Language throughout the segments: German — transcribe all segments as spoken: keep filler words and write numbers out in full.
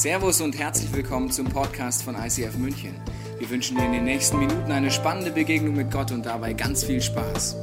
Servus und herzlich willkommen zum Podcast von I C F München. Wir wünschen dir in den nächsten Minuten eine spannende Begegnung mit Gott und dabei ganz viel Spaß.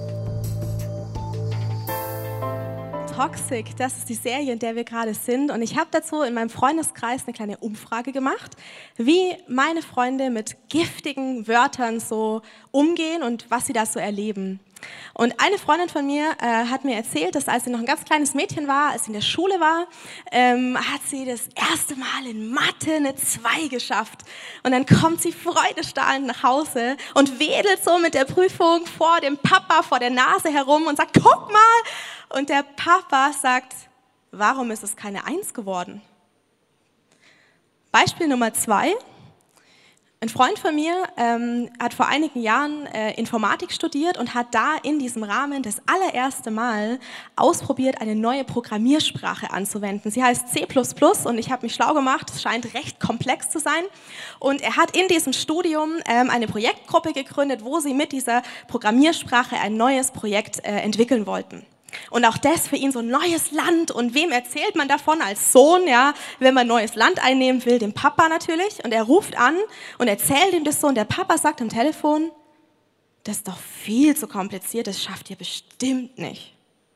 Toxic, das ist die Serie, in der wir gerade sind. Und ich habe dazu in meinem Freundeskreis eine kleine Umfrage gemacht, wie meine Freunde mit giftigen Wörtern so umgehen und was sie da so erleben. Und eine Freundin von mir äh, hat mir erzählt, dass als sie noch ein ganz kleines Mädchen war, als sie in der Schule war, ähm, hat sie das erste Mal in Mathe eine zwei geschafft. Und dann kommt sie freudestrahlend nach Hause und wedelt so mit der Prüfung vor dem Papa, vor der Nase herum und sagt, guck mal! Und der Papa sagt, warum ist es keine Eins geworden? Beispiel Nummer zwei. Ein Freund von mir ähm, hat vor einigen Jahren äh, Informatik studiert und hat da in diesem Rahmen das allererste Mal ausprobiert, eine neue Programmiersprache anzuwenden. Sie heißt C plus plus und ich habe mich schlau gemacht, es scheint recht komplex zu sein. Und er hat in diesem Studium ähm, eine Projektgruppe gegründet, wo sie mit dieser Programmiersprache ein neues Projekt äh, entwickeln wollten. Und auch das für ihn so ein neues Land. Und wem erzählt man davon als Sohn, ja, wenn man ein neues Land einnehmen will? Dem Papa natürlich. Und er ruft an und erzählt ihm das so. Und der Papa sagt am Telefon, das ist doch viel zu kompliziert, das schafft ihr bestimmt nicht.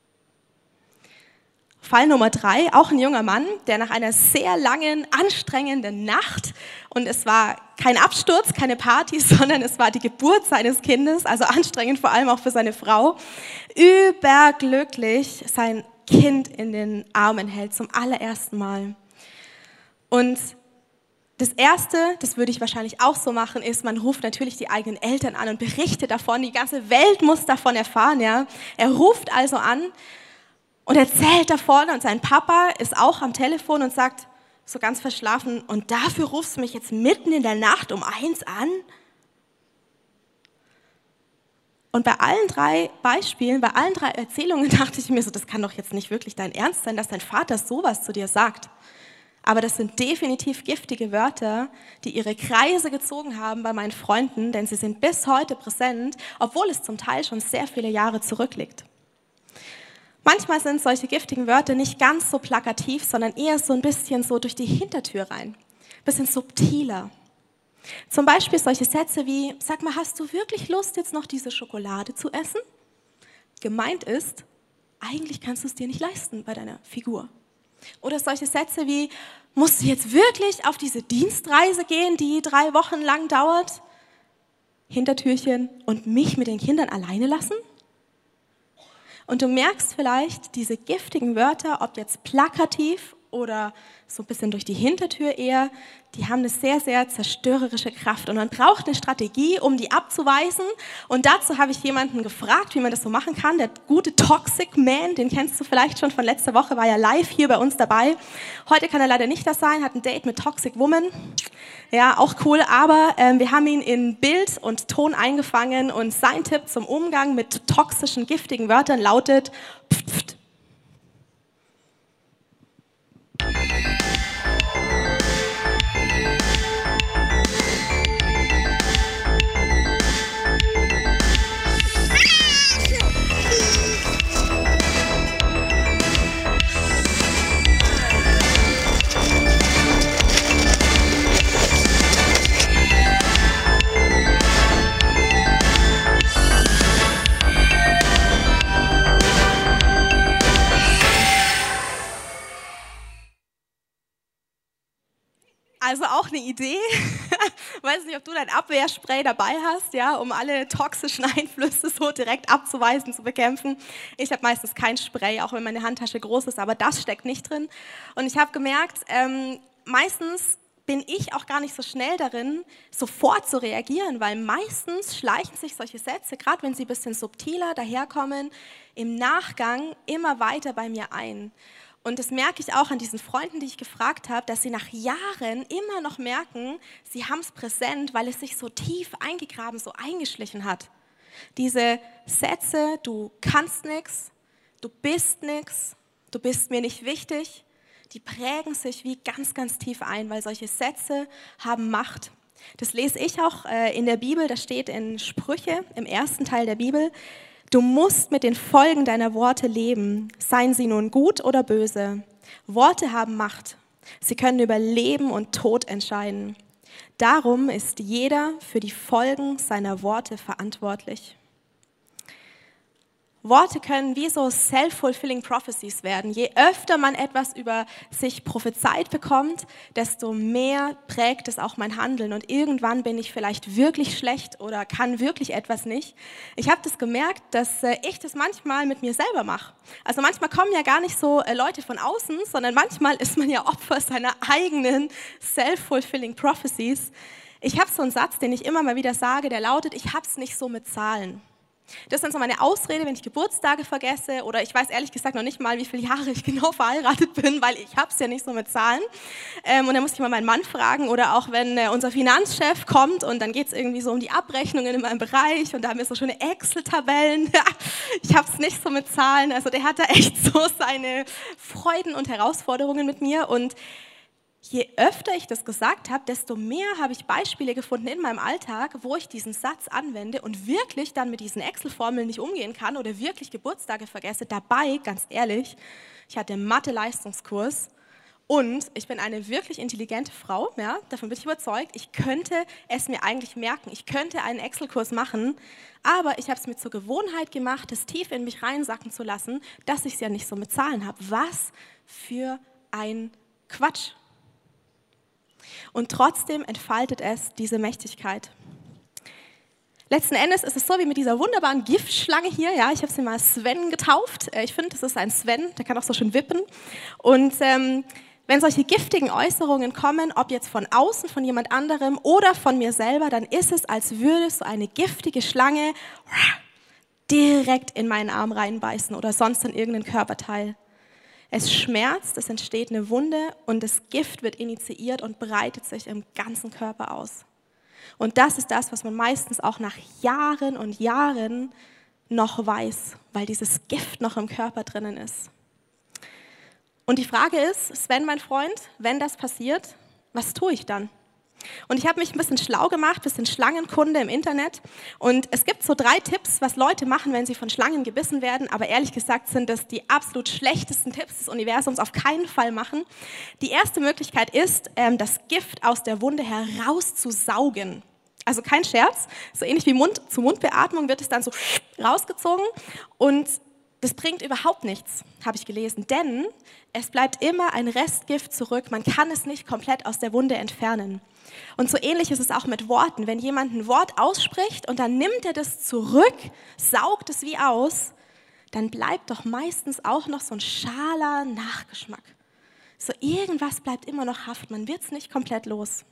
Fall Nummer drei, auch ein junger Mann, der nach einer sehr langen, anstrengenden Nacht, und es war kein Absturz, keine Party, sondern es war die Geburt seines Kindes, also anstrengend vor allem auch für seine Frau, überglücklich sein Kind in den Armen hält, zum allerersten Mal. Und das Erste, das würde ich wahrscheinlich auch so machen, ist, man ruft natürlich die eigenen Eltern an und berichtet davon, die ganze Welt muss davon erfahren. Ja. Er ruft also an, und erzählt davon und sein Papa ist auch am Telefon und sagt, so ganz verschlafen, und dafür rufst du mich jetzt mitten in der Nacht um eins an? Und bei allen drei Beispielen, bei allen drei Erzählungen dachte ich mir so, das kann doch jetzt nicht wirklich dein Ernst sein, dass dein Vater sowas zu dir sagt. Aber das sind definitiv giftige Wörter, die ihre Kreise gezogen haben bei meinen Freunden, denn sie sind bis heute präsent, obwohl es zum Teil schon sehr viele Jahre zurückliegt. Manchmal sind solche giftigen Wörter nicht ganz so plakativ, sondern eher so ein bisschen so durch die Hintertür rein, ein bisschen subtiler. Zum Beispiel solche Sätze wie, sag mal, hast du wirklich Lust, jetzt noch diese Schokolade zu essen? Gemeint ist, eigentlich kannst du es dir nicht leisten bei deiner Figur. Oder solche Sätze wie, musst du jetzt wirklich auf diese Dienstreise gehen, die drei Wochen lang dauert? Hintertürchen, und mich mit den Kindern alleine lassen? Und du merkst vielleicht, diese giftigen Wörter, ob jetzt plakativ oder so ein bisschen durch die Hintertür eher, die haben eine sehr, sehr zerstörerische Kraft. Und man braucht eine Strategie, um die abzuweisen. Und dazu habe ich jemanden gefragt, wie man das so machen kann. Der gute Toxic Man, den kennst du vielleicht schon von letzter Woche, war ja live hier bei uns dabei. Heute kann er leider nicht da sein, hat ein Date mit Toxic Woman. Ja, auch cool, aber äh, wir haben ihn in Bild und Ton eingefangen und sein Tipp zum Umgang mit toxischen, giftigen Wörtern lautet pft, pft. Also auch eine Idee. Weiß nicht, ob du dein Abwehrspray dabei hast, ja, um alle toxischen Einflüsse so direkt abzuweisen, zu bekämpfen. Ich habe meistens kein Spray, auch wenn meine Handtasche groß ist, aber das steckt nicht drin. Und ich habe gemerkt, ähm, meistens bin ich auch gar nicht so schnell darin, sofort zu reagieren, weil meistens schleichen sich solche Sätze, gerade wenn sie ein bisschen subtiler daherkommen, im Nachgang immer weiter bei mir ein. Und das merke ich auch an diesen Freunden, die ich gefragt habe, dass sie nach Jahren immer noch merken, sie haben es präsent, weil es sich so tief eingegraben, so eingeschlichen hat. Diese Sätze, du kannst nichts, du bist nichts, du bist mir nicht wichtig, die prägen sich wie ganz, ganz tief ein, weil solche Sätze haben Macht. Das lese ich auch äh, in der Bibel, das steht in Sprüche, im ersten Teil der Bibel. Du musst mit den Folgen deiner Worte leben, seien sie nun gut oder böse. Worte haben Macht. Sie können über Leben und Tod entscheiden. Darum ist jeder für die Folgen seiner Worte verantwortlich. Worte können wie so self-fulfilling prophecies werden. Je öfter man etwas über sich prophezeit bekommt, desto mehr prägt es auch mein Handeln. Und irgendwann bin ich vielleicht wirklich schlecht oder kann wirklich etwas nicht. Ich habe das gemerkt, dass ich das manchmal mit mir selber mache. Also manchmal kommen ja gar nicht so Leute von außen, sondern manchmal ist man ja Opfer seiner eigenen self-fulfilling prophecies. Ich habe so einen Satz, den ich immer mal wieder sage, der lautet, ich habe es nicht so mit Zahlen. Das ist dann so meine Ausrede, wenn ich Geburtstage vergesse oder ich weiß ehrlich gesagt noch nicht mal, wie viele Jahre ich genau verheiratet bin, weil ich habe es ja nicht so mit Zahlen. Ähm, und dann muss ich mal meinen Mann fragen oder auch wenn äh, unser Finanzchef kommt und dann geht es irgendwie so um die Abrechnungen in meinem Bereich und da haben wir so schöne Excel-Tabellen. Ich habe es nicht so mit Zahlen, also der hat da echt so seine Freuden und Herausforderungen mit mir und je öfter ich das gesagt habe, desto mehr habe ich Beispiele gefunden in meinem Alltag, wo ich diesen Satz anwende und wirklich dann mit diesen Excel-Formeln nicht umgehen kann oder wirklich Geburtstage vergesse. Dabei, ganz ehrlich, ich hatte Mathe-Leistungskurs und ich bin eine wirklich intelligente Frau, ja, davon bin ich überzeugt. Ich könnte es mir eigentlich merken, ich könnte einen Excel-Kurs machen, aber ich habe es mir zur Gewohnheit gemacht, es tief in mich reinsacken zu lassen, dass ich es ja nicht so mit Zahlen habe. Was für ein Quatsch! Und trotzdem entfaltet es diese Mächtigkeit. Letzten Endes ist es so wie mit dieser wunderbaren Giftschlange hier. Ja, ich habe sie mal Sven getauft. Ich finde, das ist ein Sven, der kann auch so schön wippen. Und ähm, wenn solche giftigen Äußerungen kommen, ob jetzt von außen, von jemand anderem oder von mir selber, dann ist es, als würde so eine giftige Schlange direkt in meinen Arm reinbeißen oder sonst in irgendeinen Körperteil. Es schmerzt, es entsteht eine Wunde und das Gift wird initiiert und breitet sich im ganzen Körper aus. Und das ist das, was man meistens auch nach Jahren und Jahren noch weiß, weil dieses Gift noch im Körper drinnen ist. Und die Frage ist, Sven, mein Freund, wenn das passiert, was tue ich dann? Und ich habe mich ein bisschen schlau gemacht, ein bisschen Schlangenkunde im Internet. Und es gibt so drei Tipps, was Leute machen, wenn sie von Schlangen gebissen werden. Aber ehrlich gesagt sind das die absolut schlechtesten Tipps des Universums, auf keinen Fall machen. Die erste Möglichkeit ist, das Gift aus der Wunde herauszusaugen. Also kein Scherz, so ähnlich wie Mund-zu-Mund-Beatmung wird es dann so rausgezogen. Und das bringt überhaupt nichts, habe ich gelesen, denn es bleibt immer ein Restgift zurück. Man kann es nicht komplett aus der Wunde entfernen. Und so ähnlich ist es auch mit Worten. Wenn jemand ein Wort ausspricht und dann nimmt er das zurück, saugt es wie aus, dann bleibt doch meistens auch noch so ein schaler Nachgeschmack. So irgendwas bleibt immer noch haften, man wird es nicht komplett los.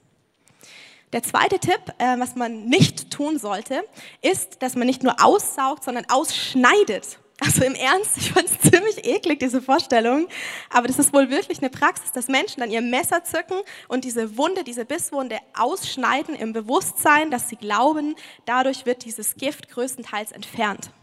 Der zweite Tipp, äh, was man nicht tun sollte, ist, dass man nicht nur aussaugt, sondern ausschneidet. Also im Ernst, ich fand es ziemlich eklig, diese Vorstellung, aber das ist wohl wirklich eine Praxis, dass Menschen dann ihr Messer zücken und diese Wunde, diese Bisswunde ausschneiden im Bewusstsein, dass sie glauben, dadurch wird dieses Gift größtenteils entfernt.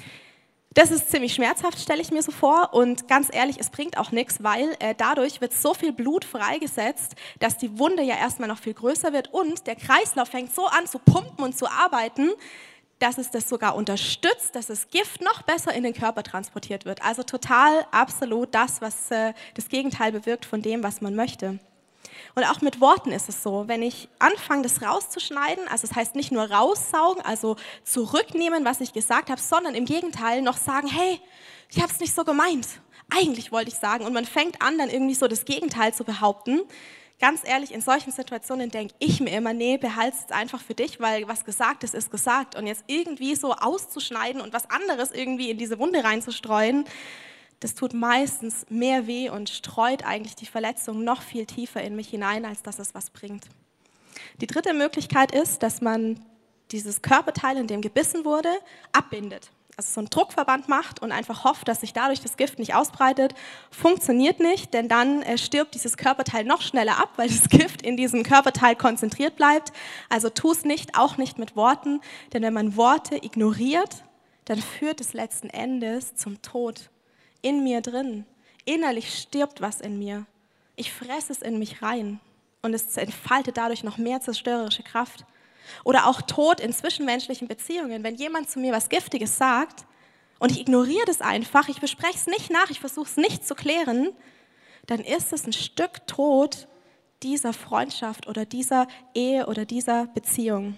Das ist ziemlich schmerzhaft, stelle ich mir so vor und ganz ehrlich, es bringt auch nichts, weil äh, dadurch wird so viel Blut freigesetzt, dass die Wunde ja erstmal noch viel größer wird und der Kreislauf fängt so an zu pumpen und zu arbeiten, dass es das sogar unterstützt, dass das Gift noch besser in den Körper transportiert wird. Also total, absolut das, was äh, das Gegenteil bewirkt von dem, was man möchte. Und auch mit Worten ist es so, wenn ich anfange, das rauszuschneiden, also das heißt nicht nur raussaugen, also zurücknehmen, was ich gesagt habe, sondern im Gegenteil noch sagen, hey, ich habe es nicht so gemeint. Eigentlich wollte ich sagen. Und man fängt an, dann irgendwie so das Gegenteil zu behaupten. Ganz ehrlich, in solchen Situationen denke ich mir immer, nee, behalte es einfach für dich, weil was gesagt ist, ist gesagt. Und jetzt irgendwie so auszuschneiden und was anderes irgendwie in diese Wunde reinzustreuen, das tut meistens mehr weh und streut eigentlich die Verletzung noch viel tiefer in mich hinein, als dass es was bringt. Die dritte Möglichkeit ist, dass man dieses Körperteil, in dem gebissen wurde, abbindet. Also so einen Druckverband macht und einfach hofft, dass sich dadurch das Gift nicht ausbreitet. Funktioniert nicht, denn dann äh, stirbt dieses Körperteil noch schneller ab, weil das Gift in diesem Körperteil konzentriert bleibt. Also tu es nicht, auch nicht mit Worten, denn wenn man Worte ignoriert, dann führt es letzten Endes zum Tod. In mir drin. Innerlich stirbt was in mir. Ich fresse es in mich rein und es entfaltet dadurch noch mehr zerstörerische Kraft. Oder auch Tod in zwischenmenschlichen Beziehungen. Wenn jemand zu mir was Giftiges sagt und ich ignoriere das einfach, ich bespreche es nicht nach, ich versuche es nicht zu klären, dann ist es ein Stück Tod dieser Freundschaft oder dieser Ehe oder dieser Beziehung.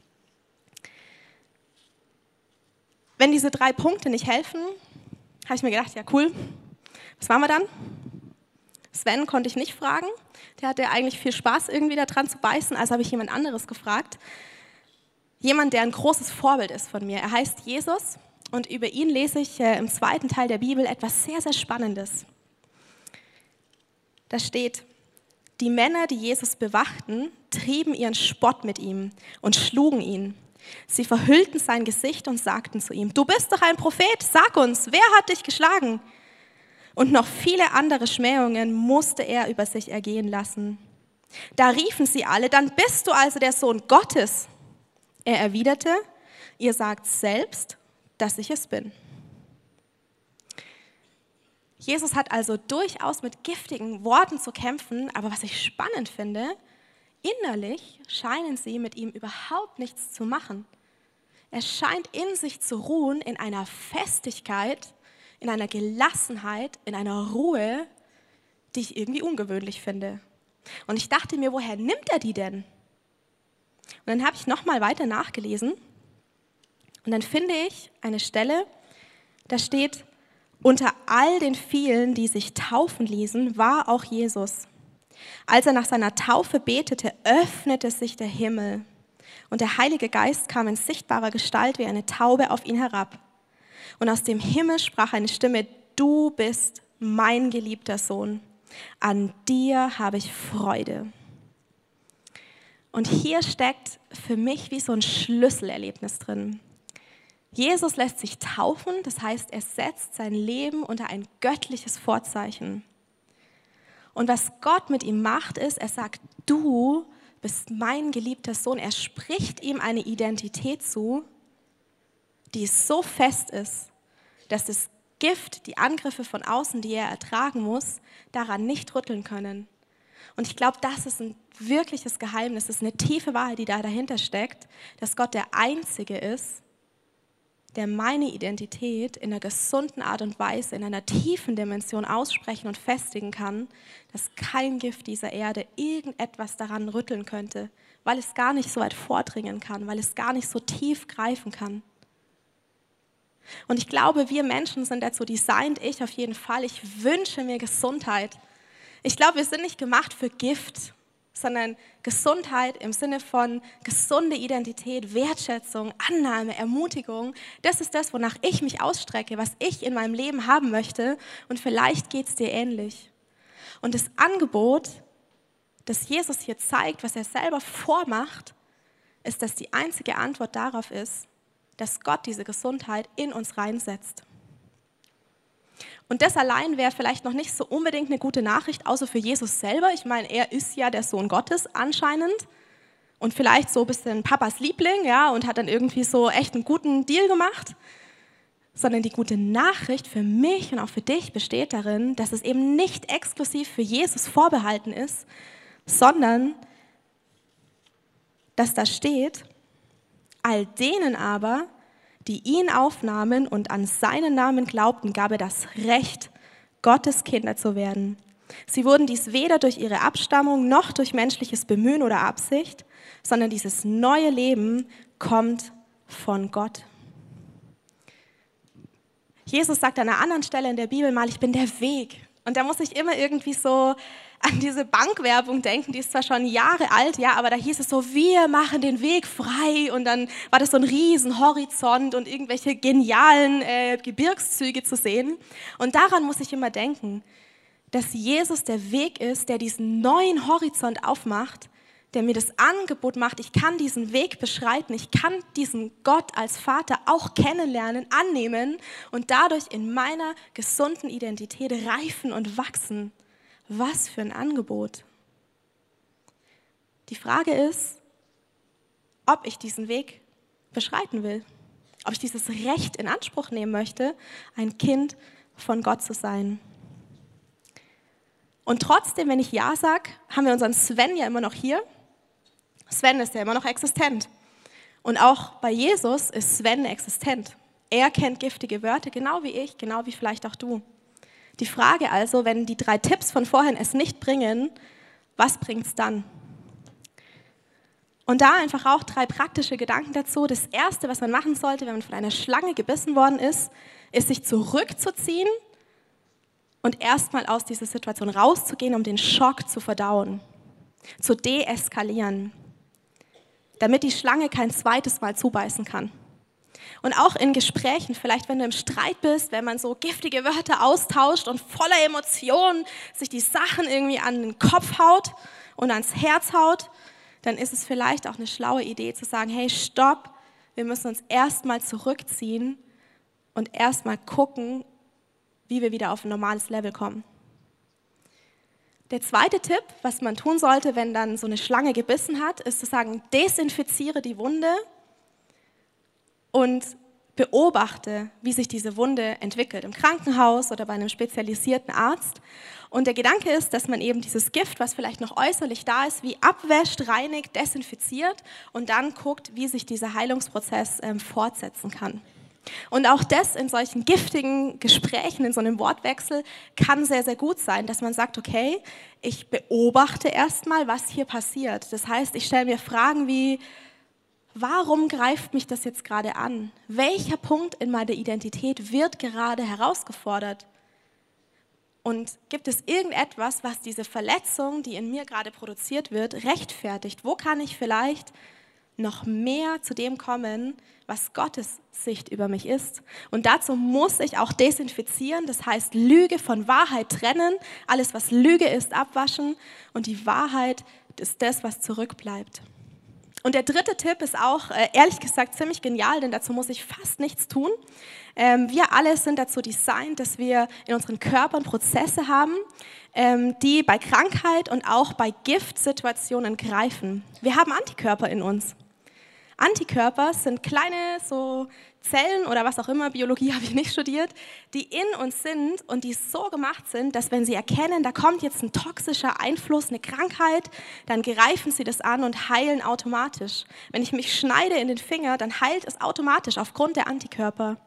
Wenn diese drei Punkte nicht helfen, habe ich mir gedacht, ja cool, was machen wir dann? Sven konnte ich nicht fragen, der hatte eigentlich viel Spaß irgendwie daran zu beißen, also habe ich jemand anderes gefragt. Jemand, der ein großes Vorbild ist von mir. Er heißt Jesus und über ihn lese ich äh, im zweiten Teil der Bibel etwas sehr, sehr Spannendes. Da steht, die Männer, die Jesus bewachten, trieben ihren Spott mit ihm und schlugen ihn. Sie verhüllten sein Gesicht und sagten zu ihm, du bist doch ein Prophet, sag uns, wer hat dich geschlagen? Und noch viele andere Schmähungen musste er über sich ergehen lassen. Da riefen sie alle, dann bist du also der Sohn Gottes. Er erwiderte, ihr sagt selbst, dass ich es bin. Jesus hat also durchaus mit giftigen Worten zu kämpfen, aber was ich spannend finde, innerlich scheinen sie mit ihm überhaupt nichts zu machen. Er scheint in sich zu ruhen, in einer Festigkeit, in einer Gelassenheit, in einer Ruhe, die ich irgendwie ungewöhnlich finde. Und ich dachte mir, woher nimmt er die denn? Und dann habe ich nochmal weiter nachgelesen und dann finde ich eine Stelle, da steht, unter all den vielen, die sich taufen ließen, war auch Jesus. Als er nach seiner Taufe betete, öffnete sich der Himmel und der Heilige Geist kam in sichtbarer Gestalt wie eine Taube auf ihn herab. Und aus dem Himmel sprach eine Stimme, du bist mein geliebter Sohn, an dir habe ich Freude. Und hier steckt für mich wie so ein Schlüsselerlebnis drin. Jesus lässt sich taufen, das heißt, er setzt sein Leben unter ein göttliches Vorzeichen. Und was Gott mit ihm macht, ist, er sagt, du bist mein geliebter Sohn. Er spricht ihm eine Identität zu, die so fest ist, dass das Gift, die Angriffe von außen, die er ertragen muss, daran nicht rütteln können. Und ich glaube, das ist ein wirkliches Geheimnis, das ist eine tiefe Wahrheit, die da dahinter steckt, dass Gott der Einzige ist, der meine Identität in einer gesunden Art und Weise, in einer tiefen Dimension aussprechen und festigen kann, dass kein Gift dieser Erde irgendetwas daran rütteln könnte, weil es gar nicht so weit vordringen kann, weil es gar nicht so tief greifen kann. Und ich glaube, wir Menschen sind dazu designt, ich auf jeden Fall, ich wünsche mir Gesundheit. Ich glaube, wir sind nicht gemacht für Gift, sondern Gesundheit im Sinne von gesunde Identität, Wertschätzung, Annahme, Ermutigung. Das ist das, wonach ich mich ausstrecke, was ich in meinem Leben haben möchte. Und vielleicht geht es dir ähnlich. Und das Angebot, das Jesus hier zeigt, was er selber vormacht, ist, dass die einzige Antwort darauf ist, dass Gott diese Gesundheit in uns reinsetzt. Und das allein wäre vielleicht noch nicht so unbedingt eine gute Nachricht, außer für Jesus selber. Ich meine, er ist ja der Sohn Gottes anscheinend und vielleicht so ein bisschen Papas Liebling, ja, und hat dann irgendwie so echt einen guten Deal gemacht. Sondern die gute Nachricht für mich und auch für dich besteht darin, dass es eben nicht exklusiv für Jesus vorbehalten ist, sondern dass da steht, all denen aber, die ihn aufnahmen und an seinen Namen glaubten, gab er das Recht, Gottes Kinder zu werden. Sie wurden dies weder durch ihre Abstammung noch durch menschliches Bemühen oder Absicht, sondern dieses neue Leben kommt von Gott. Jesus sagt an einer anderen Stelle in der Bibel mal, ich bin der Weg. Und da muss ich immer irgendwie so an diese Bankwerbung denken, die ist zwar schon Jahre alt, ja, aber da hieß es so, wir machen den Weg frei und dann war das so ein riesen Horizont und irgendwelche genialen äh, Gebirgszüge zu sehen. Und daran muss ich immer denken, dass Jesus der Weg ist, der diesen neuen Horizont aufmacht, der mir das Angebot macht, ich kann diesen Weg beschreiten, ich kann diesen Gott als Vater auch kennenlernen, annehmen und dadurch in meiner gesunden Identität reifen und wachsen. Was für ein Angebot. Die Frage ist, ob ich diesen Weg beschreiten will, ob ich dieses Recht in Anspruch nehmen möchte, ein Kind von Gott zu sein. Und trotzdem, wenn ich Ja sage, haben wir unseren Sven ja immer noch hier. Sven ist ja immer noch existent. Und auch bei Jesus ist Sven existent. Er kennt giftige Wörter, genau wie ich, genau wie vielleicht auch du. Die Frage also, wenn die drei Tipps von vorhin es nicht bringen, was bringt es dann? Und da einfach auch drei praktische Gedanken dazu. Das Erste, was man machen sollte, wenn man von einer Schlange gebissen worden ist, ist sich zurückzuziehen und erstmal aus dieser Situation rauszugehen, um den Schock zu verdauen, zu deeskalieren, damit die Schlange kein zweites Mal zubeißen kann. Und auch in Gesprächen, vielleicht wenn du im Streit bist, wenn man so giftige Wörter austauscht und voller Emotionen sich die Sachen irgendwie an den Kopf haut und ans Herz haut, dann ist es vielleicht auch eine schlaue Idee zu sagen, hey, stopp, wir müssen uns erstmal zurückziehen und erstmal gucken, wie wir wieder auf ein normales Level kommen. Der zweite Tipp, was man tun sollte, wenn dann so eine Schlange gebissen hat, ist zu sagen, desinfiziere die Wunde und beobachte, wie sich diese Wunde entwickelt, im Krankenhaus oder bei einem spezialisierten Arzt. Und der Gedanke ist, dass man eben dieses Gift, was vielleicht noch äußerlich da ist, wie abwäscht, reinigt, desinfiziert und dann guckt, wie sich dieser Heilungsprozess ähm, fortsetzen kann. Und auch das in solchen giftigen Gesprächen, in so einem Wortwechsel, kann sehr, sehr gut sein, dass man sagt, okay, ich beobachte erstmal, was hier passiert. Das heißt, ich stelle mir Fragen wie, warum greift mich das jetzt gerade an? Welcher Punkt in meiner Identität wird gerade herausgefordert? Und gibt es irgendetwas, was diese Verletzung, die in mir gerade produziert wird, rechtfertigt? Wo kann ich vielleicht noch mehr zu dem kommen, was Gottes Sicht über mich ist? Und dazu muss ich auch desinfizieren, das heißt Lüge von Wahrheit trennen, alles was Lüge ist, abwaschen und die Wahrheit ist das, was zurückbleibt. Und der dritte Tipp ist auch, äh, ehrlich gesagt, ziemlich genial, denn dazu muss ich fast nichts tun. Ähm, wir alle sind dazu designt, dass wir in unseren Körpern Prozesse haben, ähm, die bei Krankheit und auch bei Giftsituationen greifen. Wir haben Antikörper in uns. Antikörper sind kleine so Zellen oder was auch immer, Biologie habe ich nicht studiert, die in uns sind und die so gemacht sind, dass wenn sie erkennen, da kommt jetzt ein toxischer Einfluss, eine Krankheit, dann greifen sie das an und heilen automatisch. Wenn ich mich schneide in den Finger, dann heilt es automatisch aufgrund der Antikörper.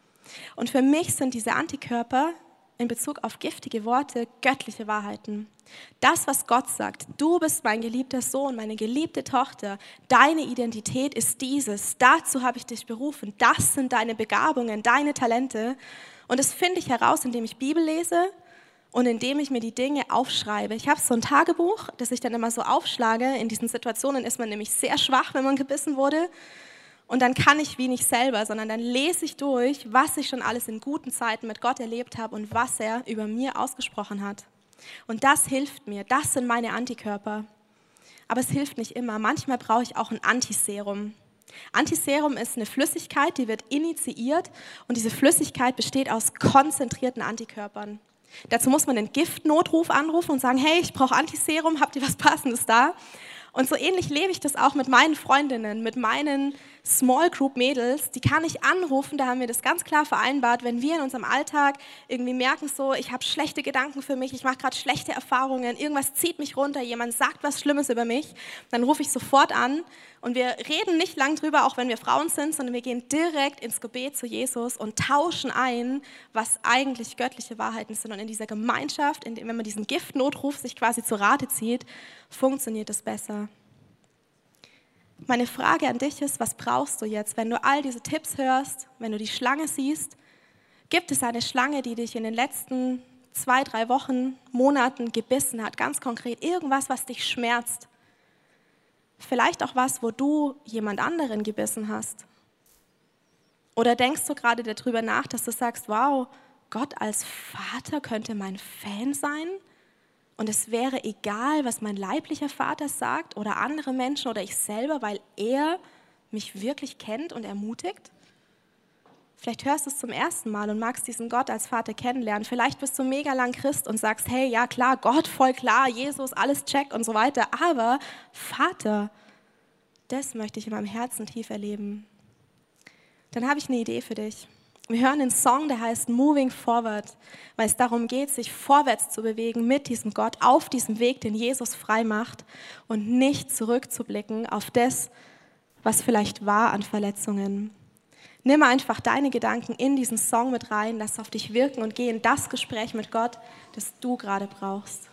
Und für mich sind diese Antikörper in Bezug auf giftige Worte göttliche Wahrheiten. Das, was Gott sagt, du bist mein geliebter Sohn, meine geliebte Tochter, deine Identität ist dieses, dazu habe ich dich berufen, das sind deine Begabungen, deine Talente. Und das finde ich heraus, indem ich Bibel lese und indem ich mir die Dinge aufschreibe. Ich habe so ein Tagebuch, das ich dann immer so aufschlage. In diesen Situationen ist man nämlich sehr schwach, wenn man gebissen wurde. Und dann kann ich wie nicht selber, sondern dann lese ich durch, was ich schon alles in guten Zeiten mit Gott erlebt habe und was er über mir ausgesprochen hat. Und das hilft mir, das sind meine Antikörper. Aber es hilft nicht immer. Manchmal brauche ich auch ein Antiserum. Antiserum ist eine Flüssigkeit, die wird initiiert und diese Flüssigkeit besteht aus konzentrierten Antikörpern. Dazu muss man den Giftnotruf anrufen und sagen, hey, ich brauche Antiserum, habt ihr was Passendes da? Und so ähnlich lebe ich das auch mit meinen Freundinnen, mit meinen Small Group Mädels. Die kann ich anrufen, da haben wir das ganz klar vereinbart, wenn wir in unserem Alltag irgendwie merken, so, ich habe schlechte Gedanken für mich, ich mache gerade schlechte Erfahrungen, irgendwas zieht mich runter, jemand sagt was Schlimmes über mich, dann rufe ich sofort an und wir reden nicht lang drüber, auch wenn wir Frauen sind, sondern wir gehen direkt ins Gebet zu Jesus und tauschen ein, was eigentlich göttliche Wahrheiten sind. Und in dieser Gemeinschaft, in dem, wenn man diesen Giftnotruf sich quasi zu Rate zieht, funktioniert es besser. Meine Frage an dich ist, was brauchst du jetzt, wenn du all diese Tipps hörst, wenn du die Schlange siehst? Gibt es eine Schlange, die dich in den letzten zwei, drei Wochen, Monaten gebissen hat, ganz konkret? Irgendwas, was dich schmerzt? Vielleicht auch was, wo du jemand anderen gebissen hast? Oder denkst du gerade darüber nach, dass du sagst, wow, Gott als Vater könnte mein Fan sein? Und es wäre egal, was mein leiblicher Vater sagt oder andere Menschen oder ich selber, weil er mich wirklich kennt und ermutigt. Vielleicht hörst du es zum ersten Mal und magst diesen Gott als Vater kennenlernen. Vielleicht bist du mega lang Christ und sagst, hey, ja klar, Gott, voll klar, Jesus, alles check und so weiter. Aber Vater, das möchte ich in meinem Herzen tief erleben. Dann habe ich eine Idee für dich. Wir hören einen Song, der heißt Moving Forward, weil es darum geht, sich vorwärts zu bewegen mit diesem Gott auf diesem Weg, den Jesus frei macht und nicht zurückzublicken auf das, was vielleicht war an Verletzungen. Nimm einfach deine Gedanken in diesen Song mit rein, lass auf dich wirken und geh in das Gespräch mit Gott, das du gerade brauchst.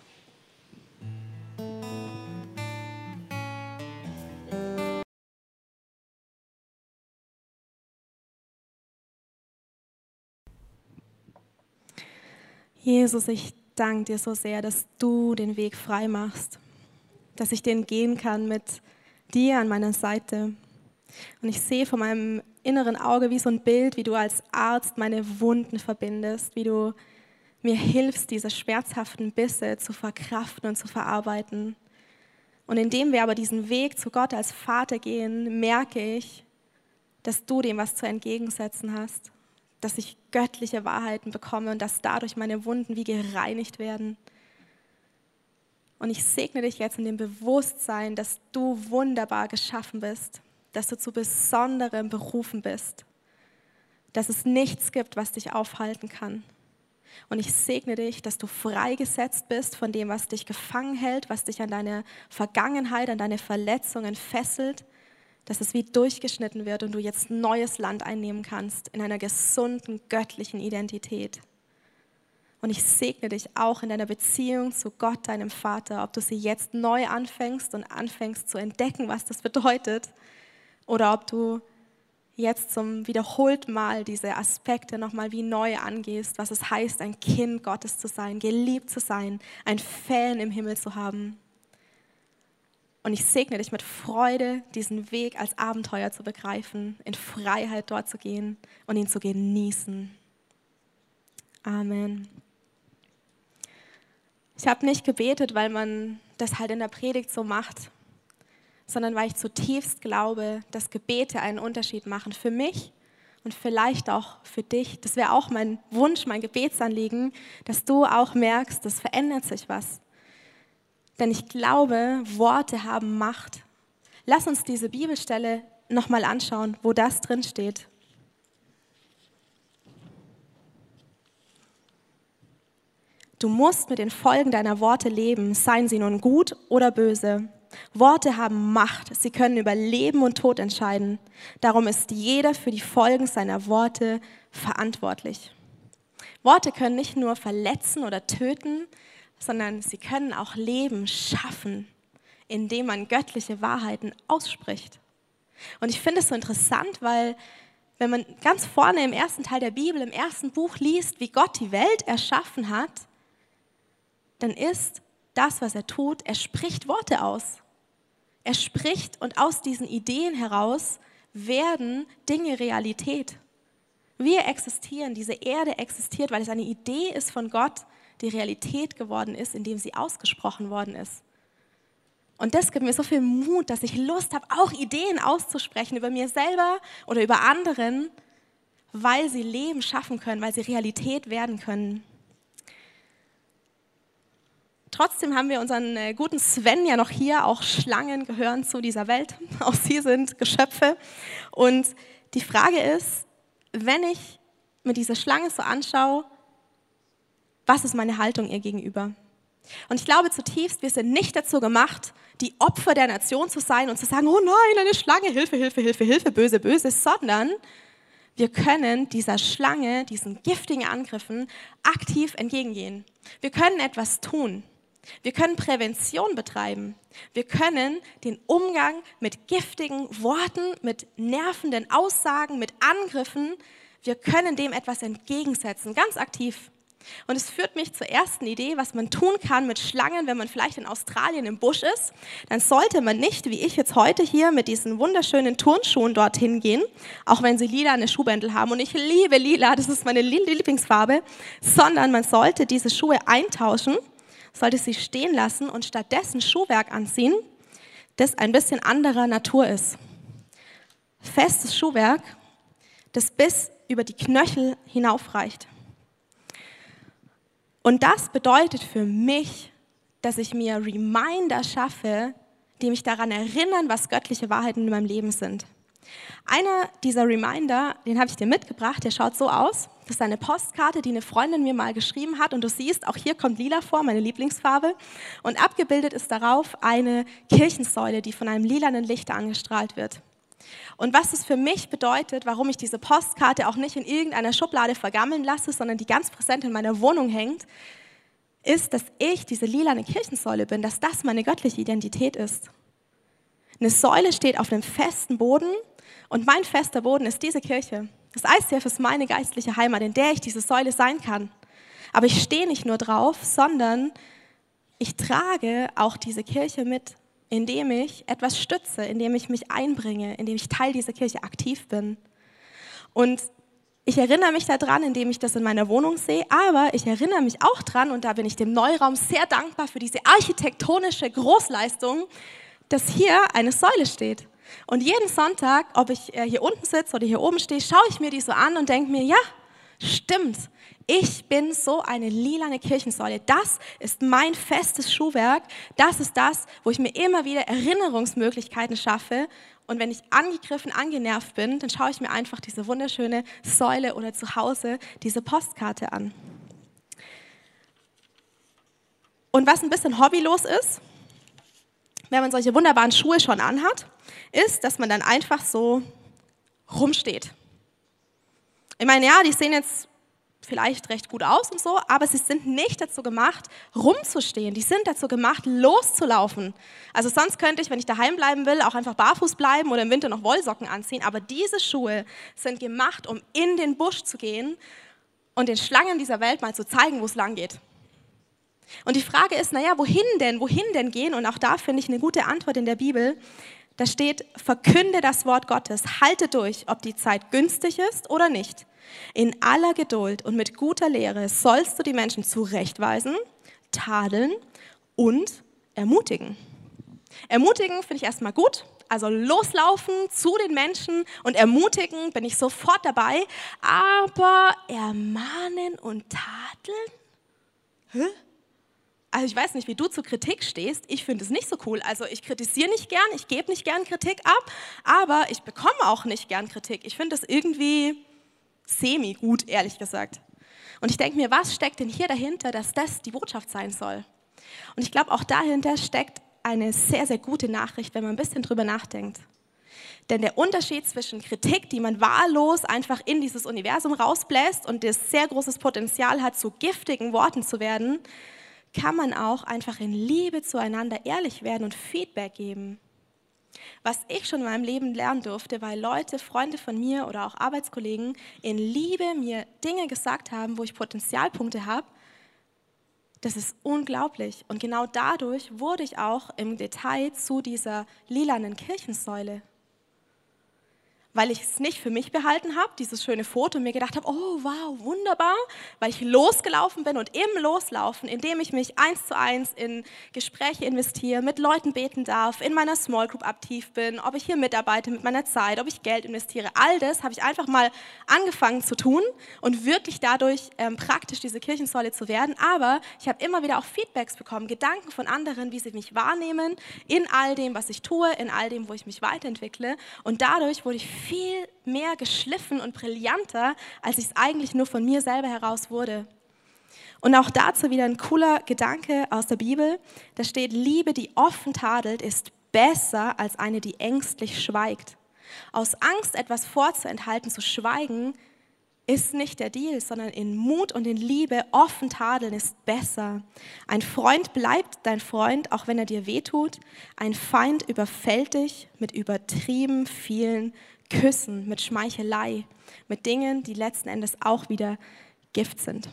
Jesus, ich danke dir so sehr, dass du den Weg frei machst, dass ich den gehen kann mit dir an meiner Seite. Und ich sehe vor meinem inneren Auge wie so ein Bild, wie du als Arzt meine Wunden verbindest, wie du mir hilfst, diese schmerzhaften Bisse zu verkraften und zu verarbeiten. Und indem wir aber diesen Weg zu Gott als Vater gehen, merke ich, dass du dem was zu entgegensetzen hast, dass ich göttliche Wahrheiten bekomme und dass dadurch meine Wunden wie gereinigt werden. Und ich segne dich jetzt in dem Bewusstsein, dass du wunderbar geschaffen bist, dass du zu Besonderem berufen bist, dass es nichts gibt, was dich aufhalten kann. Und ich segne dich, dass du freigesetzt bist von dem, was dich gefangen hält, was dich an deine Vergangenheit, an deine Verletzungen fesselt, dass es wie durchgeschnitten wird und du jetzt neues Land einnehmen kannst in einer gesunden, göttlichen Identität. Und ich segne dich auch in deiner Beziehung zu Gott, deinem Vater, ob du sie jetzt neu anfängst und anfängst zu entdecken, was das bedeutet, oder ob du jetzt zum wiederholten Mal diese Aspekte nochmal wie neu angehst, was es heißt, ein Kind Gottes zu sein, geliebt zu sein, ein Fan im Himmel zu haben. Und ich segne dich mit Freude, diesen Weg als Abenteuer zu begreifen, in Freiheit dort zu gehen und ihn zu genießen. Amen. Ich habe nicht gebetet, weil man das halt in der Predigt so macht, sondern weil ich zutiefst glaube, dass Gebete einen Unterschied machen für mich und vielleicht auch für dich. Das wäre auch mein Wunsch, mein Gebetsanliegen, dass du auch merkst, es verändert sich was. Denn ich glaube, Worte haben Macht. Lass uns diese Bibelstelle nochmal anschauen, wo das drin steht. Du musst mit den Folgen deiner Worte leben, seien sie nun gut oder böse. Worte haben Macht, sie können über Leben und Tod entscheiden. Darum ist jeder für die Folgen seiner Worte verantwortlich. Worte können nicht nur verletzen oder töten, sondern sie können auch Leben schaffen, indem man göttliche Wahrheiten ausspricht. Und ich finde es so interessant, weil wenn man ganz vorne im ersten Teil der Bibel, im ersten Buch liest, wie Gott die Welt erschaffen hat, dann ist das, was er tut, er spricht Worte aus. Er spricht und aus diesen Ideen heraus werden Dinge Realität. Wir existieren, diese Erde existiert, weil es eine Idee ist von Gott, die Realität geworden ist, indem sie ausgesprochen worden ist. Und das gibt mir so viel Mut, dass ich Lust habe, auch Ideen auszusprechen über mir selber oder über anderen, weil sie Leben schaffen können, weil sie Realität werden können. Trotzdem haben wir unseren äh, guten Sven ja noch hier, auch Schlangen gehören zu dieser Welt, auch sie sind Geschöpfe. Und die Frage ist, wenn ich mir diese Schlange so anschaue, was ist meine Haltung ihr gegenüber? Und ich glaube zutiefst, wir sind nicht dazu gemacht, die Opfer der Nation zu sein und zu sagen, oh nein, eine Schlange, Hilfe, Hilfe, Hilfe, Hilfe, böse, böse, sondern wir können dieser Schlange, diesen giftigen Angriffen aktiv entgegengehen. Wir können etwas tun. Wir können Prävention betreiben. Wir können den Umgang mit giftigen Worten, mit nervenden Aussagen, mit Angriffen, wir können dem etwas entgegensetzen, ganz aktiv. Und es führt mich zur ersten Idee, was man tun kann mit Schlangen, wenn man vielleicht in Australien im Busch ist. Dann sollte man nicht, wie ich jetzt heute hier, mit diesen wunderschönen Turnschuhen dorthin gehen, auch wenn sie lilane Schuhbändel haben. Und ich liebe lila, das ist meine Lieblingsfarbe, sondern man sollte diese Schuhe eintauschen, sollte sie stehen lassen und stattdessen Schuhwerk anziehen, das ein bisschen anderer Natur ist. Festes Schuhwerk, das bis über die Knöchel hinaufreicht. Und das bedeutet für mich, dass ich mir Reminder schaffe, die mich daran erinnern, was göttliche Wahrheiten in meinem Leben sind. Einer dieser Reminder, den habe ich dir mitgebracht, der schaut so aus. Das ist eine Postkarte, die eine Freundin mir mal geschrieben hat. Und du siehst, auch hier kommt lila vor, meine Lieblingsfarbe. Und abgebildet ist darauf eine Kirchensäule, die von einem lilanen Licht angestrahlt wird. Und was es für mich bedeutet, warum ich diese Postkarte auch nicht in irgendeiner Schublade vergammeln lasse, sondern die ganz präsent in meiner Wohnung hängt, ist, dass ich diese lilane Kirchensäule bin, dass das meine göttliche Identität ist. Eine Säule steht auf einem festen Boden und mein fester Boden ist diese Kirche. Das I C F ist meine geistliche Heimat, in der ich diese Säule sein kann. Aber ich stehe nicht nur drauf, sondern ich trage auch diese Kirche mit, indem ich etwas stütze, indem ich mich einbringe, indem ich Teil dieser Kirche aktiv bin. Und ich erinnere mich daran, indem ich das in meiner Wohnung sehe, aber ich erinnere mich auch dran, und da bin ich dem Neuraum sehr dankbar für diese architektonische Großleistung, dass hier eine Säule steht. Und jeden Sonntag, ob ich hier unten sitze oder hier oben stehe, schaue ich mir die so an und denke mir, ja, stimmt, ich bin so eine lilane Kirchensäule. Das ist mein festes Schuhwerk. Das ist das, wo ich mir immer wieder Erinnerungsmöglichkeiten schaffe. Und wenn ich angegriffen, angenervt bin, dann schaue ich mir einfach diese wunderschöne Säule oder zu Hause diese Postkarte an. Und was ein bisschen hobbylos ist, wenn man solche wunderbaren Schuhe schon anhat, ist, dass man dann einfach so rumsteht. Ich meine, ja, die sehen jetzt vielleicht recht gut aus und so, aber sie sind nicht dazu gemacht, rumzustehen. Die sind dazu gemacht, loszulaufen. Also sonst könnte ich, wenn ich daheim bleiben will, auch einfach barfuß bleiben oder im Winter noch Wollsocken anziehen. Aber diese Schuhe sind gemacht, um in den Busch zu gehen und den Schlangen dieser Welt mal zu zeigen, wo es lang geht. Und die Frage ist, naja, wohin denn, wohin denn gehen? Und auch da finde ich eine gute Antwort in der Bibel. Da steht, verkünde das Wort Gottes, halte durch, ob die Zeit günstig ist oder nicht. In aller Geduld und mit guter Lehre sollst du die Menschen zurechtweisen, tadeln und ermutigen. Ermutigen finde ich erstmal gut, also loslaufen zu den Menschen und ermutigen bin ich sofort dabei, aber ermahnen und tadeln? Hä? Also ich weiß nicht, wie du zur Kritik stehst, ich finde es nicht so cool. Also ich kritisiere nicht gern, ich gebe nicht gern Kritik ab, aber ich bekomme auch nicht gern Kritik. Ich finde das irgendwie semi-gut, ehrlich gesagt. Und ich denke mir, was steckt denn hier dahinter, dass das die Botschaft sein soll? Und ich glaube, auch dahinter steckt eine sehr, sehr gute Nachricht, wenn man ein bisschen drüber nachdenkt. Denn der Unterschied zwischen Kritik, die man wahllos einfach in dieses Universum rausbläst und das sehr großes Potenzial hat, zu giftigen Worten zu werden, kann man auch einfach in Liebe zueinander ehrlich werden und Feedback geben. Was ich schon in meinem Leben lernen durfte, weil Leute, Freunde von mir oder auch Arbeitskollegen in Liebe mir Dinge gesagt haben, wo ich Potenzialpunkte habe, das ist unglaublich. Und genau dadurch wurde ich auch im Detail zu dieser lilanen Kirchensäule. Weil ich es nicht für mich behalten habe, dieses schöne Foto, und mir gedacht habe, oh wow, wunderbar, weil ich losgelaufen bin und im Loslaufen, indem ich mich eins zu eins in Gespräche investiere, mit Leuten beten darf, in meiner Small Group aktiv bin, ob ich hier mitarbeite mit meiner Zeit, ob ich Geld investiere, all das habe ich einfach mal angefangen zu tun und wirklich dadurch ähm, praktisch diese Kirchensäule zu werden, aber ich habe immer wieder auch Feedbacks bekommen, Gedanken von anderen, wie sie mich wahrnehmen, in all dem, was ich tue, in all dem, wo ich mich weiterentwickle, und dadurch wurde ich viel mehr geschliffen und brillanter, als ich es eigentlich nur von mir selber heraus wurde. Und auch dazu wieder ein cooler Gedanke aus der Bibel. Da steht, Liebe, die offen tadelt, ist besser als eine, die ängstlich schweigt. Aus Angst, etwas vorzuenthalten, zu schweigen, ist nicht der Deal, sondern in Mut und in Liebe offen tadeln ist besser. Ein Freund bleibt dein Freund, auch wenn er dir wehtut. Ein Feind überfällt dich mit übertrieben vielen Küssen, mit Schmeichelei, mit Dingen, die letzten Endes auch wieder Gift sind.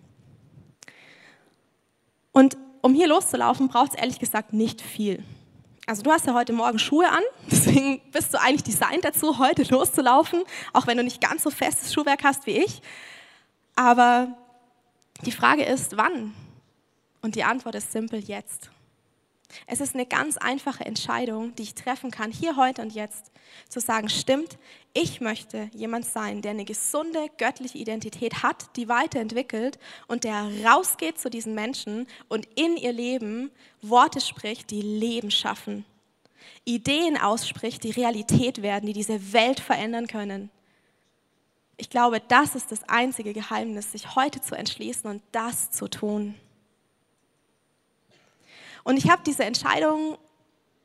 Und um hier loszulaufen, braucht es ehrlich gesagt nicht viel. Also du hast ja heute Morgen Schuhe an, deswegen bist du eigentlich designt dazu, heute loszulaufen, auch wenn du nicht ganz so festes Schuhwerk hast wie ich. Aber die Frage ist, wann? Und die Antwort ist simpel, jetzt. Es ist eine ganz einfache Entscheidung, die ich treffen kann, hier, heute und jetzt, zu sagen, stimmt, ich möchte jemand sein, der eine gesunde göttliche Identität hat, die weiterentwickelt und der rausgeht zu diesen Menschen und in ihr Leben Worte spricht, die Leben schaffen. Ideen ausspricht, die Realität werden, die diese Welt verändern können. Ich glaube, das ist das einzige Geheimnis, sich heute zu entschließen und das zu tun. Und ich habe diese Entscheidung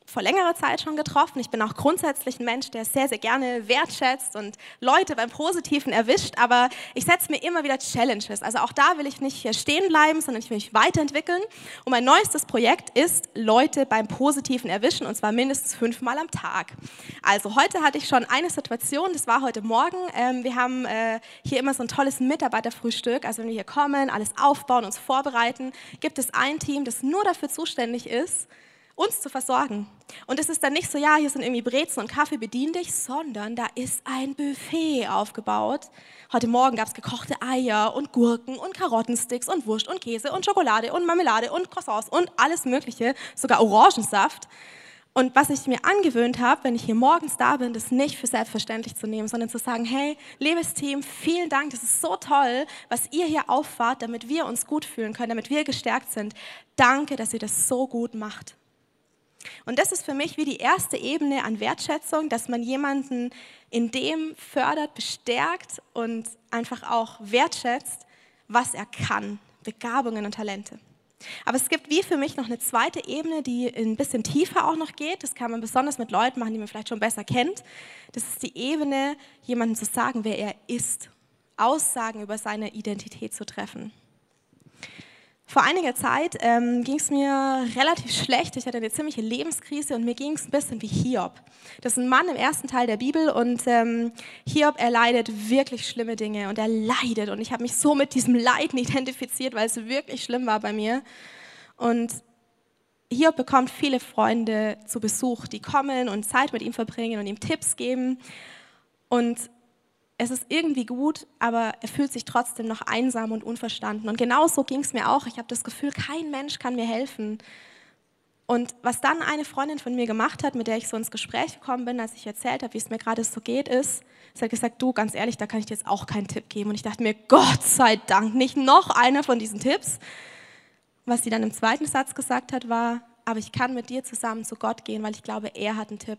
vor längerer Zeit schon getroffen. Ich bin auch grundsätzlich ein Mensch, der sehr, sehr gerne wertschätzt und Leute beim Positiven erwischt, aber ich setze mir immer wieder Challenges. Also auch da will ich nicht hier stehen bleiben, sondern ich will mich weiterentwickeln. Und mein neuestes Projekt ist Leute beim Positiven erwischen, und zwar mindestens fünfmal am Tag. Also heute hatte ich schon eine Situation, das war heute Morgen. Ähm, wir haben äh, hier immer so ein tolles Mitarbeiterfrühstück. Also wenn wir hier kommen, alles aufbauen, uns vorbereiten, gibt es ein Team, das nur dafür zuständig ist, uns zu versorgen. Und es ist dann nicht so, ja, hier sind irgendwie Brezen und Kaffee, bedien dich, sondern da ist ein Buffet aufgebaut. Heute Morgen gab es gekochte Eier und Gurken und Karottensticks und Wurst und Käse und Schokolade und Marmelade und Croissants und alles Mögliche, sogar Orangensaft. Und was ich mir angewöhnt habe, wenn ich hier morgens da bin, das nicht für selbstverständlich zu nehmen, sondern zu sagen, hey, liebes Team, vielen Dank, das ist so toll, was ihr hier auffahrt, damit wir uns gut fühlen können, damit wir gestärkt sind. Danke, dass ihr das so gut macht. Und das ist für mich wie die erste Ebene an Wertschätzung, dass man jemanden in dem fördert, bestärkt und einfach auch wertschätzt, was er kann, Begabungen und Talente. Aber es gibt wie für mich noch eine zweite Ebene, die ein bisschen tiefer auch noch geht. Das kann man besonders mit Leuten machen, die man vielleicht schon besser kennt. Das ist die Ebene, jemandem zu sagen, wer er ist, Aussagen über seine Identität zu treffen. Vor einiger Zeit ähm, ging es mir relativ schlecht. Ich hatte eine ziemliche Lebenskrise und mir ging es ein bisschen wie Hiob. Das ist ein Mann im ersten Teil der Bibel und ähm, Hiob, er leidet wirklich schlimme Dinge und er leidet. Und ich habe mich so mit diesem Leiden identifiziert, weil es wirklich schlimm war bei mir. Und Hiob bekommt viele Freunde zu Besuch, die kommen und Zeit mit ihm verbringen und ihm Tipps geben. Und es ist irgendwie gut, aber er fühlt sich trotzdem noch einsam und unverstanden. Und genau so ging es mir auch. Ich habe das Gefühl, kein Mensch kann mir helfen. Und was dann eine Freundin von mir gemacht hat, mit der ich so ins Gespräch gekommen bin, als ich erzählt habe, wie es mir gerade so geht, ist, sie hat gesagt, du, ganz ehrlich, da kann ich dir jetzt auch keinen Tipp geben. Und ich dachte mir, Gott sei Dank, nicht noch einer von diesen Tipps. Was sie dann im zweiten Satz gesagt hat, war, aber ich kann mit dir zusammen zu Gott gehen, weil ich glaube, er hat einen Tipp.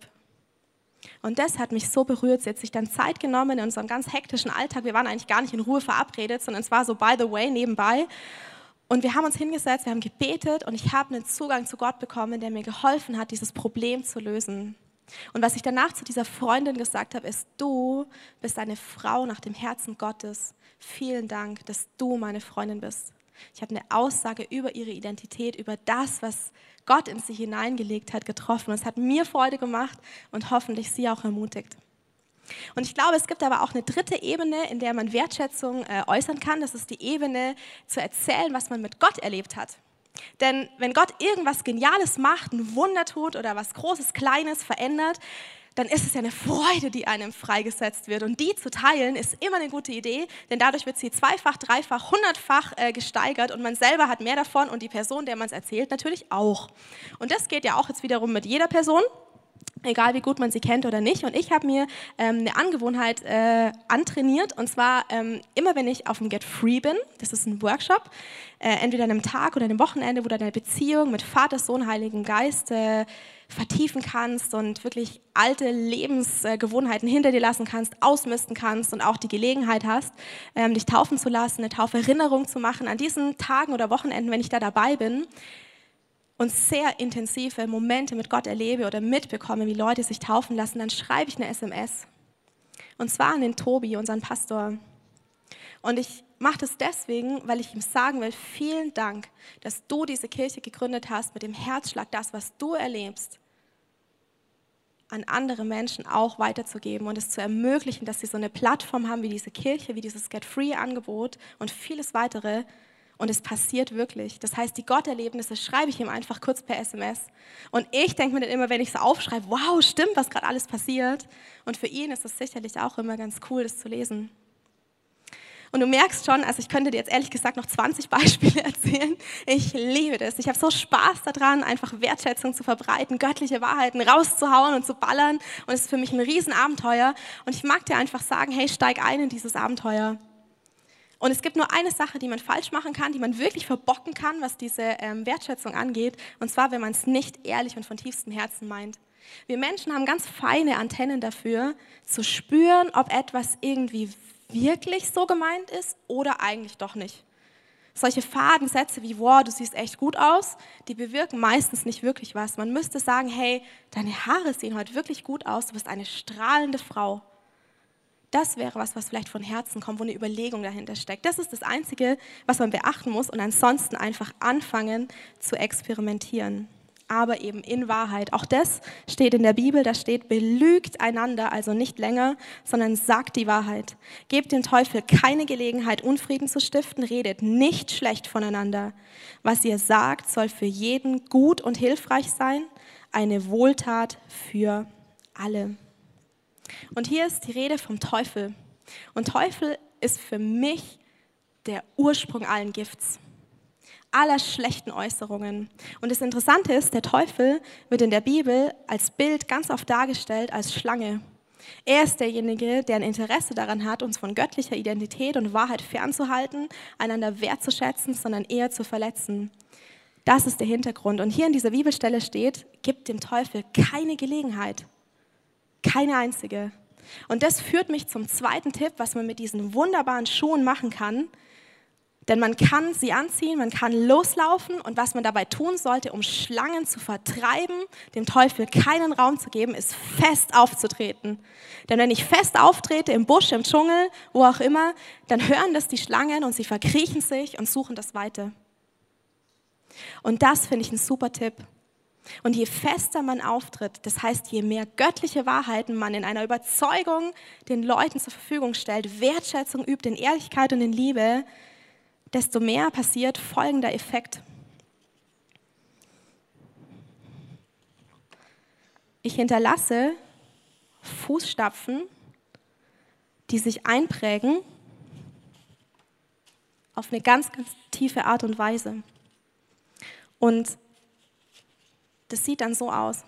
Und das hat mich so berührt. Sie hat sich dann Zeit genommen in unserem ganz hektischen Alltag. Wir waren eigentlich gar nicht in Ruhe verabredet, sondern es war so by the way nebenbei. Und wir haben uns hingesetzt, wir haben gebetet und ich habe einen Zugang zu Gott bekommen, der mir geholfen hat, dieses Problem zu lösen. Und was ich danach zu dieser Freundin gesagt habe, ist, du bist eine Frau nach dem Herzen Gottes. Vielen Dank, dass du meine Freundin bist. Ich habe eine Aussage über ihre Identität, über das, was Gott in sie hineingelegt hat, getroffen. Und es hat mir Freude gemacht und hoffentlich sie auch ermutigt. Und ich glaube, es gibt aber auch eine dritte Ebene, in der man Wertschätzung äh, äußern kann. Das ist die Ebene, zu erzählen, was man mit Gott erlebt hat. Denn wenn Gott irgendwas Geniales macht, ein Wunder tut oder was Großes, Kleines verändert, dann ist es ja eine Freude, die einem freigesetzt wird. Und die zu teilen, ist immer eine gute Idee, denn dadurch wird sie zweifach, dreifach, hundertfach äh, gesteigert und man selber hat mehr davon und die Person, der man es erzählt, natürlich auch. Und das geht ja auch jetzt wiederum mit jeder Person, egal wie gut man sie kennt oder nicht. Und ich habe mir ähm, eine Angewohnheit äh, antrainiert, und zwar ähm, immer, wenn ich auf dem Get Free bin, das ist ein Workshop, äh, entweder an einem Tag oder an einem Wochenende, wo du deine Beziehung mit Vater, Sohn, Heiligen Geist äh, vertiefen kannst und wirklich alte Lebensgewohnheiten hinter dir lassen kannst, ausmisten kannst und auch die Gelegenheit hast, ähm, dich taufen zu lassen, eine Tauferinnerung zu machen. An diesen Tagen oder Wochenenden, wenn ich da dabei bin, und sehr intensive Momente mit Gott erlebe oder mitbekomme, wie Leute sich taufen lassen, dann schreibe ich eine S M S. Und zwar an den Tobi, unseren Pastor. Und ich mache das deswegen, weil ich ihm sagen will, vielen Dank, dass du diese Kirche gegründet hast mit dem Herzschlag, das, was du erlebst, an andere Menschen auch weiterzugeben und es zu ermöglichen, dass sie so eine Plattform haben wie diese Kirche, wie dieses Get-Free-Angebot und vieles weitere. Und es passiert wirklich. Das heißt, die Gotterlebnisse schreibe ich ihm einfach kurz per S M S. Und ich denke mir dann immer, wenn ich so aufschreibe, wow, stimmt, was gerade alles passiert. Und für ihn ist es sicherlich auch immer ganz cool, das zu lesen. Und du merkst schon, also ich könnte dir jetzt ehrlich gesagt noch zwanzig Beispiele erzählen. Ich liebe das. Ich habe so Spaß daran, einfach Wertschätzung zu verbreiten, göttliche Wahrheiten rauszuhauen und zu ballern. Und es ist für mich ein Riesenabenteuer. Und ich mag dir einfach sagen, hey, steig ein in dieses Abenteuer. Und es gibt nur eine Sache, die man falsch machen kann, die man wirklich verbocken kann, was diese ähm, Wertschätzung angeht. Und zwar, wenn man es nicht ehrlich und von tiefstem Herzen meint. Wir Menschen haben ganz feine Antennen dafür, zu spüren, ob etwas irgendwie wirklich so gemeint ist oder eigentlich doch nicht. Solche faden Sätze wie, wow, du siehst echt gut aus, die bewirken meistens nicht wirklich was. Man müsste sagen, hey, deine Haare sehen heute wirklich gut aus, du bist eine strahlende Frau. Das wäre was, was vielleicht von Herzen kommt, wo eine Überlegung dahinter steckt. Das ist das Einzige, was man beachten muss und ansonsten einfach anfangen zu experimentieren. Aber eben in Wahrheit. Auch das steht in der Bibel, da steht, belügt einander, also nicht länger, sondern sagt die Wahrheit. Gebt dem Teufel keine Gelegenheit, Unfrieden zu stiften, redet nicht schlecht voneinander. Was ihr sagt, soll für jeden gut und hilfreich sein, eine Wohltat für alle. Und hier ist die Rede vom Teufel. Und Teufel ist für mich der Ursprung allen Gifts, aller schlechten Äußerungen. Und das Interessante ist, der Teufel wird in der Bibel als Bild ganz oft dargestellt als Schlange. Er ist derjenige, der ein Interesse daran hat, uns von göttlicher Identität und Wahrheit fernzuhalten, einander wertzuschätzen, sondern eher zu verletzen. Das ist der Hintergrund. Und hier in dieser Bibelstelle steht, gibt dem Teufel keine Gelegenheit. Keine einzige. Und das führt mich zum zweiten Tipp, was man mit diesen wunderbaren Schuhen machen kann. Denn man kann sie anziehen, man kann loslaufen und was man dabei tun sollte, um Schlangen zu vertreiben, dem Teufel keinen Raum zu geben, ist fest aufzutreten. Denn wenn ich fest auftrete, im Busch, im Dschungel, wo auch immer, dann hören das die Schlangen und sie verkriechen sich und suchen das Weite. Und das finde ich einen super Tipp. Und je fester man auftritt, das heißt, je mehr göttliche Wahrheiten man in einer Überzeugung den Leuten zur Verfügung stellt, Wertschätzung übt in Ehrlichkeit und in Liebe, desto mehr passiert folgender Effekt. Ich hinterlasse Fußstapfen, die sich einprägen auf eine ganz, ganz tiefe Art und Weise. Und das sieht dann so aus,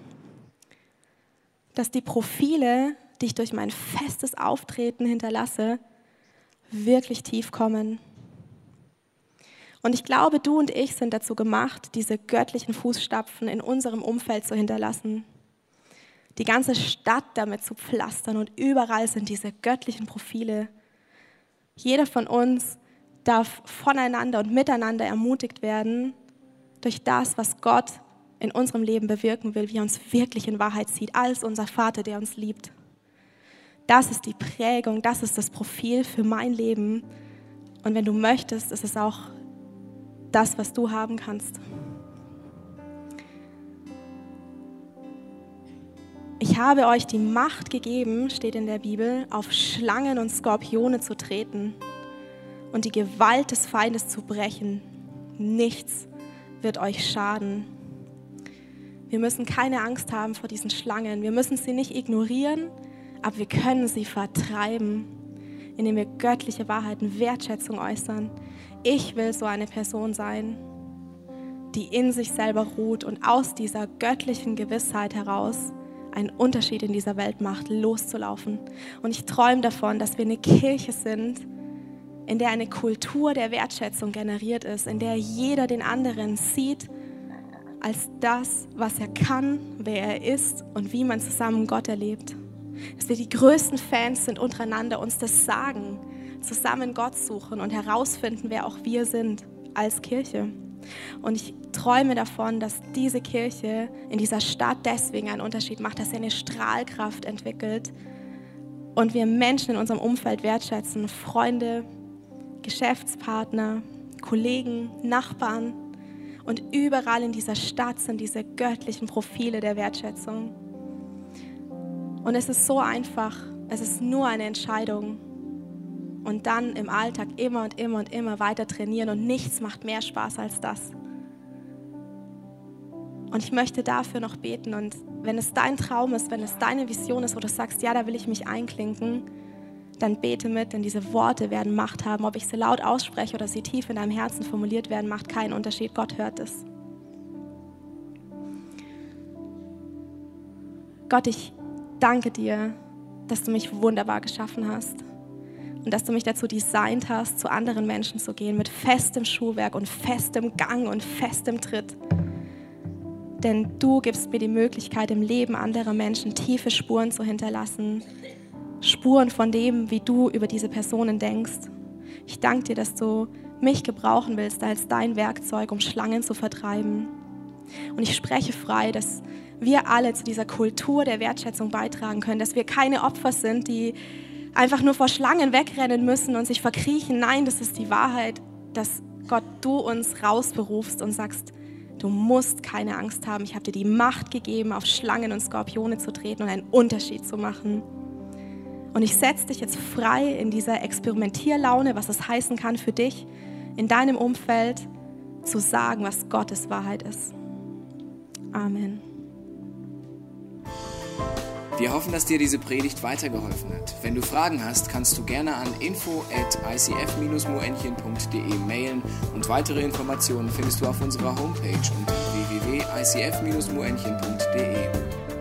dass die Profile, die ich durch mein festes Auftreten hinterlasse, wirklich tief kommen. Und ich glaube, du und ich sind dazu gemacht, diese göttlichen Fußstapfen in unserem Umfeld zu hinterlassen. Die ganze Stadt damit zu pflastern und überall sind diese göttlichen Profile. Jeder von uns darf voneinander und miteinander ermutigt werden durch das, was Gott in unserem Leben bewirken will, wie er uns wirklich in Wahrheit sieht, als unser Vater, der uns liebt. Das ist die Prägung, das ist das Profil für mein Leben. Und wenn du möchtest, ist es auch das, was du haben kannst. Ich habe euch die Macht gegeben, steht in der Bibel, auf Schlangen und Skorpione zu treten und die Gewalt des Feindes zu brechen. Nichts wird euch schaden. Wir müssen keine Angst haben vor diesen Schlangen. Wir müssen sie nicht ignorieren, aber wir können sie vertreiben, indem wir göttliche Wahrheiten, Wertschätzung äußern. Ich will so eine Person sein, die in sich selber ruht und aus dieser göttlichen Gewissheit heraus einen Unterschied in dieser Welt macht, loszulaufen. Und ich träume davon, dass wir eine Kirche sind, in der eine Kultur der Wertschätzung generiert ist, in der jeder den anderen sieht als das, was er kann, wer er ist und wie man zusammen Gott erlebt. Dass wir die größten Fans sind untereinander, uns das sagen, zusammen Gott suchen und herausfinden, wer auch wir sind als Kirche. Und ich träume davon, dass diese Kirche in dieser Stadt deswegen einen Unterschied macht, dass sie eine Strahlkraft entwickelt und wir Menschen in unserem Umfeld wertschätzen, Freunde, Geschäftspartner, Kollegen, Nachbarn. Und überall in dieser Stadt sind diese göttlichen Profile der Wertschätzung. Und es ist so einfach, es ist nur eine Entscheidung. Und dann im Alltag immer und immer und immer weiter trainieren und nichts macht mehr Spaß als das. Und ich möchte dafür noch beten und wenn es dein Traum ist, wenn es deine Vision ist, wo du sagst, ja, da will ich mich einklinken, dann bete mit, denn diese Worte werden Macht haben. Ob ich sie laut ausspreche oder sie tief in deinem Herzen formuliert werden, macht keinen Unterschied. Gott hört es. Gott, ich danke dir, dass du mich wunderbar geschaffen hast und dass du mich dazu designt hast, zu anderen Menschen zu gehen, mit festem Schuhwerk und festem Gang und festem Tritt. Denn du gibst mir die Möglichkeit, im Leben anderer Menschen tiefe Spuren zu hinterlassen, Spuren von dem, wie du über diese Personen denkst. Ich danke dir, dass du mich gebrauchen willst als dein Werkzeug, um Schlangen zu vertreiben. Und ich spreche frei, dass wir alle zu dieser Kultur der Wertschätzung beitragen können, dass wir keine Opfer sind, die einfach nur vor Schlangen wegrennen müssen und sich verkriechen. Nein, das ist die Wahrheit, dass Gott, du uns rausberufst und sagst, du musst keine Angst haben. Ich habe dir die Macht gegeben, auf Schlangen und Skorpione zu treten und einen Unterschied zu machen. Und ich setze dich jetzt frei in dieser Experimentierlaune, was es heißen kann für dich, in deinem Umfeld zu sagen, was Gottes Wahrheit ist. Amen. Wir hoffen, dass dir diese Predigt weitergeholfen hat. Wenn du Fragen hast, kannst du gerne an info at i c f dash moenchen punkt d e mailen und weitere Informationen findest du auf unserer Homepage unter w w w punkt i c f dash moenchen punkt d e.